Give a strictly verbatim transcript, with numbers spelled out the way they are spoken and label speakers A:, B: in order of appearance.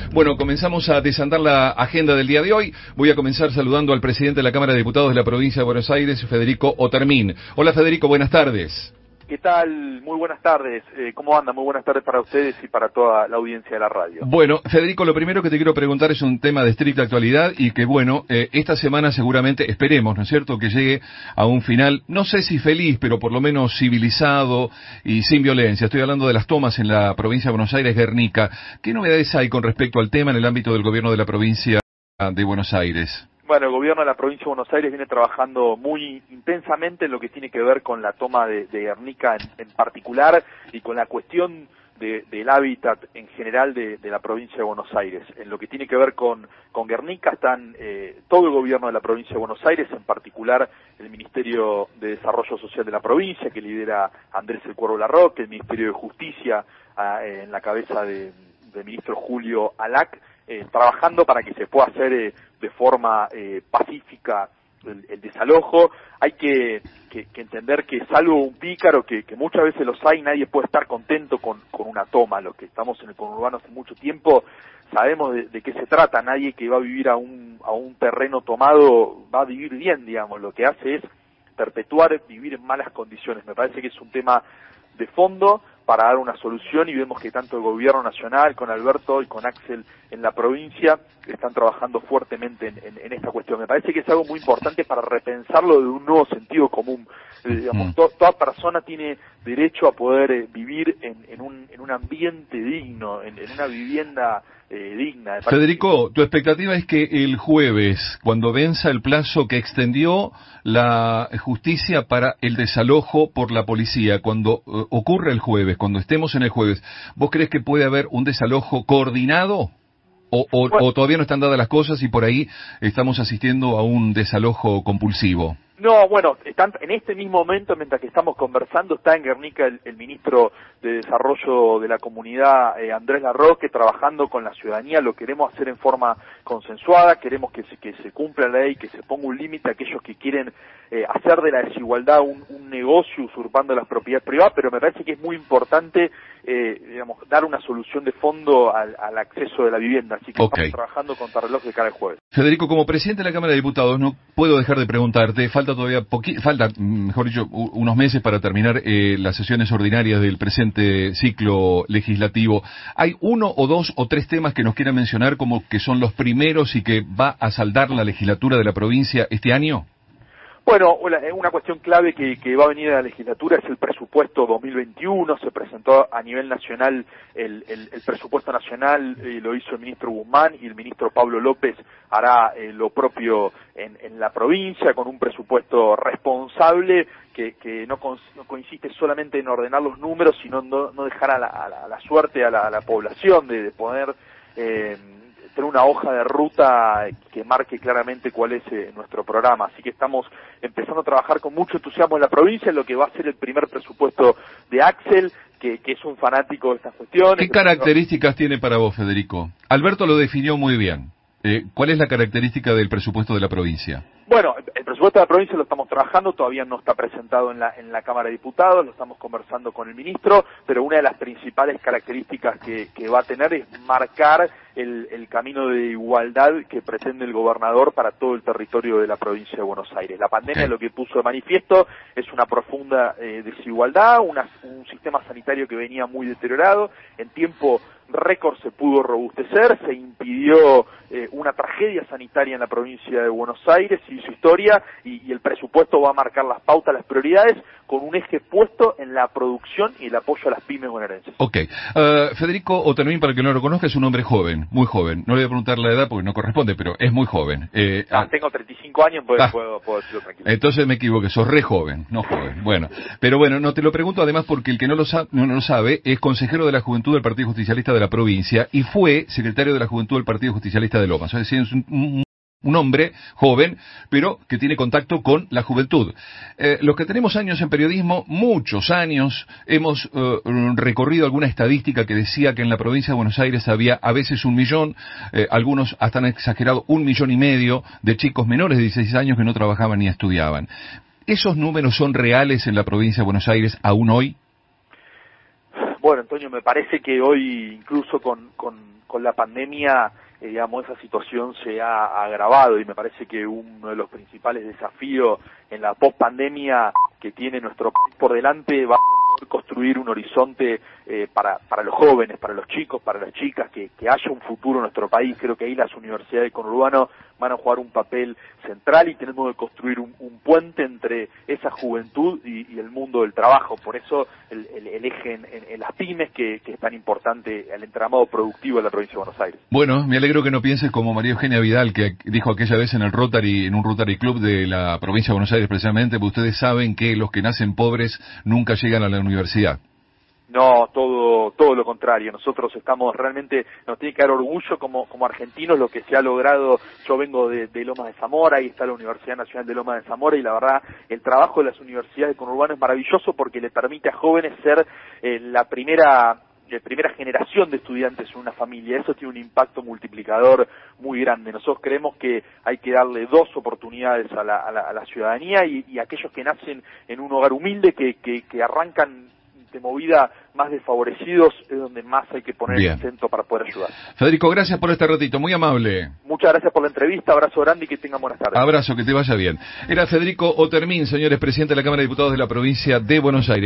A: Bueno, comenzamos a desandar la agenda del día de hoy. Voy a comenzar saludando al presidente de la Cámara de Diputados de la provincia de Buenos Aires, Federico Otermin. Hola Federico, buenas tardes.
B: ¿Qué tal? Muy buenas tardes. Eh, ¿Cómo anda? Muy buenas tardes para ustedes y para toda la audiencia de la radio.
A: Bueno, Federico, lo primero que te quiero preguntar es un tema de estricta actualidad y que, bueno, eh, esta semana seguramente esperemos, ¿no es cierto?, que llegue a un final, no sé si feliz, pero por lo menos civilizado y sin violencia. Estoy hablando de las tomas en la provincia de Buenos Aires, Guernica. ¿Qué novedades hay con respecto al tema en el ámbito del gobierno de la provincia de Buenos Aires?
B: Bueno, el gobierno de la provincia de Buenos Aires viene trabajando muy intensamente en lo que tiene que ver con la toma de, de Guernica en, en particular y con la cuestión de, del hábitat en general de, de la provincia de Buenos Aires. En lo que tiene que ver con, con Guernica están eh, todo el gobierno de la provincia de Buenos Aires, en particular el Ministerio de Desarrollo Social de la provincia, que lidera Andrés El Cuervo Larroque, el Ministerio de Justicia eh, en la cabeza de, del ministro Julio Alac, Eh, trabajando para que se pueda hacer eh, de forma eh, pacífica el, el desalojo. Hay que, que, que entender que salvo un pícaro, que, que muchas veces los hay, nadie puede estar contento con, con una toma. Los que estamos en el conurbano hace mucho tiempo sabemos de, de qué se trata. Nadie que va a vivir a un, a un terreno tomado va a vivir bien, digamos. Lo que hace es perpetuar vivir en malas condiciones. Me parece que es un tema de fondo para dar una solución, y vemos que tanto el gobierno nacional con Alberto y con Axel en la provincia están trabajando fuertemente en, en, en esta cuestión. Me parece que es algo muy importante para repensarlo de un nuevo sentido común. Eh, digamos, to, toda persona tiene derecho a poder eh, vivir en, en, un, en un ambiente digno, en, en una vivienda eh, digna.
A: Federico, tu expectativa es que el jueves, cuando venza el plazo que extendió la justicia para el desalojo por la policía, cuando uh, ocurre el jueves, cuando estemos en el jueves, ¿vos crees que puede haber un desalojo coordinado? ¿O, o, bueno, o todavía no están dadas las cosas y por ahí estamos asistiendo a un desalojo compulsivo?
B: No, bueno, están, en este mismo momento, mientras que estamos conversando, está en Guernica el, el ministro de Desarrollo de la Comunidad, eh, Andrés Larroque, trabajando con la ciudadanía. Lo queremos hacer en forma consensuada, queremos que se, que se cumpla la ley, que se ponga un límite a aquellos que quieren eh, hacer de la desigualdad un, un negocio usurpando las propiedades privadas, pero me parece que es muy importante, eh, digamos, dar una solución de fondo al, al acceso de la vivienda. Así que okay, estamos trabajando contra reloj de cara al jueves.
A: Federico, como presidente de la Cámara de Diputados, no puedo dejar de preguntarte, falta todavía poqui- falta, mejor dicho, unos meses para terminar eh, las sesiones ordinarias del presente ciclo legislativo. ¿Hay uno o dos o tres temas que nos quieran mencionar como que son los primeros y que va a saldar la legislatura de la provincia este año?
B: Bueno, una cuestión clave que, que va a venir a la legislatura es el presupuesto dos mil veintiuno. Se presentó a nivel nacional el, el, el presupuesto nacional, eh, lo hizo el ministro Guzmán, y el ministro Pablo López hará eh, lo propio en, en la provincia, con un presupuesto responsable que, que no, con, no consiste solamente en ordenar los números, sino no, no dejar a la, a la, a la suerte a la, a la población de, de poder eh, tener una hoja de ruta que marque claramente cuál es eh, nuestro programa. Así que estamos empezando a trabajar con mucho entusiasmo en la provincia en lo que va a ser el primer presupuesto de Axel, que, que es un fanático de estas cuestiones.
A: ¿Qué características tiene para vos, Federico? Alberto lo definió muy bien. Eh, ¿Cuál es la característica del presupuesto de la provincia?
B: Bueno, el presupuesto de la provincia lo estamos trabajando, todavía no está presentado en la, en la Cámara de Diputados, lo estamos conversando con el ministro, pero una de las principales características que, que va a tener es marcar el, el camino de igualdad que pretende el gobernador para todo el territorio de la provincia de Buenos Aires. La pandemia lo que puso de manifiesto es una profunda eh, desigualdad, una, un sistema sanitario que venía muy deteriorado, en tiempo récord se pudo robustecer, se impidió eh, una tragedia sanitaria en la provincia de Buenos Aires y su historia, y, y el presupuesto va a marcar las pautas, las prioridades, con un eje puesto en la producción y el apoyo a las pymes bonaerenses.
A: Ok. Uh, Federico Otermin, para que no lo conozca, es un hombre joven, muy joven. No le voy a preguntar la edad porque no corresponde, pero es muy joven. Eh,
B: ah, tengo treinta y cinco años, pues ah, puedo, puedo decirlo tranquilo.
A: Entonces me equivoqué, sos re joven, no joven. Bueno, pero bueno, no te lo pregunto además porque el que no lo, sa no, no lo sabe es consejero de la Juventud del Partido Justicialista de la provincia y fue secretario de la Juventud del Partido Justicialista de Lomas. Es decir, es un, un Un hombre joven, pero que tiene contacto con la juventud. Eh, los que tenemos años en periodismo, muchos años, hemos eh, recorrido alguna estadística que decía que en la provincia de Buenos Aires había a veces un millón, eh, algunos hasta han exagerado un millón y medio de chicos menores de dieciséis años que no trabajaban ni estudiaban. ¿Esos números son reales en la provincia de Buenos Aires aún hoy?
B: Bueno, Antonio, me parece que hoy incluso con... con con la pandemia, eh, digamos, esa situación se ha agravado y me parece que uno de los principales desafíos en la post-pandemia que tiene nuestro país por delante va a poder construir un horizonte eh, para, para los jóvenes, para los chicos, para las chicas, que, que haya un futuro en nuestro país. Creo que ahí las universidades de conurbano van a jugar un papel central y tenemos que construir un, un puente entre esa juventud y, y el mundo del trabajo. Por eso el, el, el eje en, en, en las pymes, que, que es tan importante, el entramado productivo de la provincia de Buenos Aires.
A: Bueno, me alegro que no pienses como María Eugenia Vidal, que dijo aquella vez en el Rotary, en un Rotary Club de la provincia de Buenos Aires precisamente, porque ustedes saben que los que nacen pobres nunca llegan a la universidad.
B: No, todo todo lo contrario. Nosotros estamos realmente, nos tiene que dar orgullo como como argentinos lo que se ha logrado. Yo vengo de, de Lomas de Zamora, ahí está la Universidad Nacional de Lomas de Zamora, y la verdad el trabajo de las universidades de conurbano es maravilloso porque le permite a jóvenes ser eh, la primera de primera generación de estudiantes en una familia. Eso tiene un impacto multiplicador muy grande. Nosotros creemos que hay que darle dos oportunidades a la, a la, a la ciudadanía y, y a aquellos que nacen en un hogar humilde, que, que, que arrancan de movida más desfavorecidos, es donde más hay que poner
A: Bien.
B: el acento para poder ayudar.
A: Federico, gracias por este ratito, muy amable.
B: Muchas gracias por la entrevista, abrazo grande y que tengan buenas tardes.
A: Abrazo, que te vaya bien. Era Federico Otermin, señores, presidente de la Cámara de Diputados de la provincia de Buenos Aires.